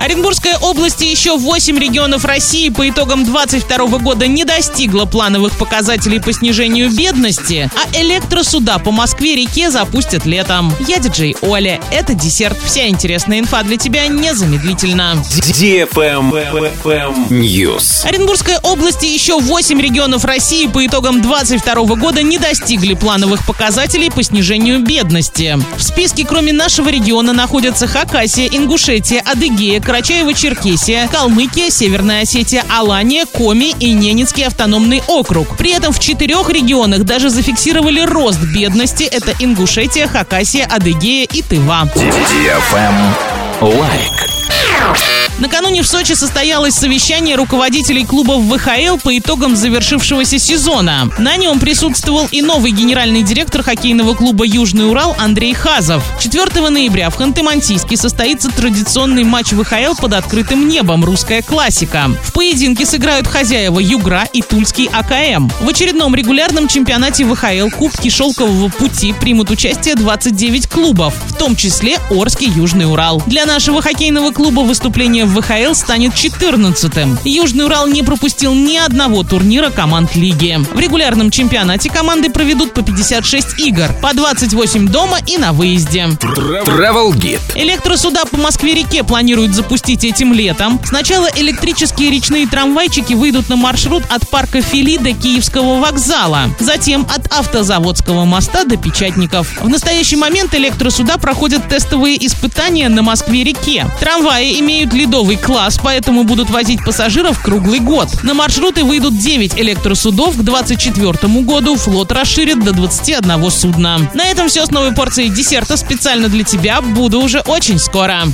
Оренбургская область и еще 8 регионов России по итогам 2022 года не достигла плановых показателей по снижению бедности, а электросуда по Москве-реке запустят летом. Я диджей Оля. Это десерт. Вся интересная инфа для тебя незамедлительно. News. Оренбургская область и еще 8 регионов России по итогам 2022 года не достигли плановых показателей по снижению бедности. В списке кроме нашего региона находятся Хакасия, Ингушетия, Адыгея, Карачаево-Черкесия, Калмыкия, Северная Осетия, Алания, Коми и Ненецкий автономный округ. При этом в 4 регионах даже зафиксировали рост бедности. Это Ингушетия, Хакасия, Адыгея и Тыва. Лайк. Накануне в Сочи состоялось совещание руководителей клубов ВХЛ по итогам завершившегося сезона. На нем присутствовал и новый генеральный директор хоккейного клуба «Южный Урал» Андрей Хазов. 4 ноября в Ханты-Мансийске состоится традиционный матч ВХЛ под открытым небом «Русская классика». В поединке сыграют хозяева «Югра» и Тульский АКМ. В очередном регулярном чемпионате ВХЛ Кубки Шелкового пути примут участие 29 клубов, в том числе Орский «Южный Урал». Для нашего хоккейного клуба выступление в ВХЛ станет 14-м. Южный Урал не пропустил ни одного турнира команд лиги. В регулярном чемпионате команды проведут по 56 игр, по 28 дома и на выезде. Travel Guide. Электросуда по Москве-реке планируют запустить этим летом. Сначала электрические речные трамвайчики выйдут на маршрут от парка Фили до Киевского вокзала, затем от Автозаводского моста до Печатников. В настоящий момент электросуда проходят тестовые испытания на Москве-реке. Трамваи имеют ледовый класс, поэтому будут возить пассажиров круглый год. На маршруты выйдут 9 электросудов. К 2024 году флот расширит до 21 судна. На этом все с новой порцией десерта специально для тебя. Буду уже очень скоро.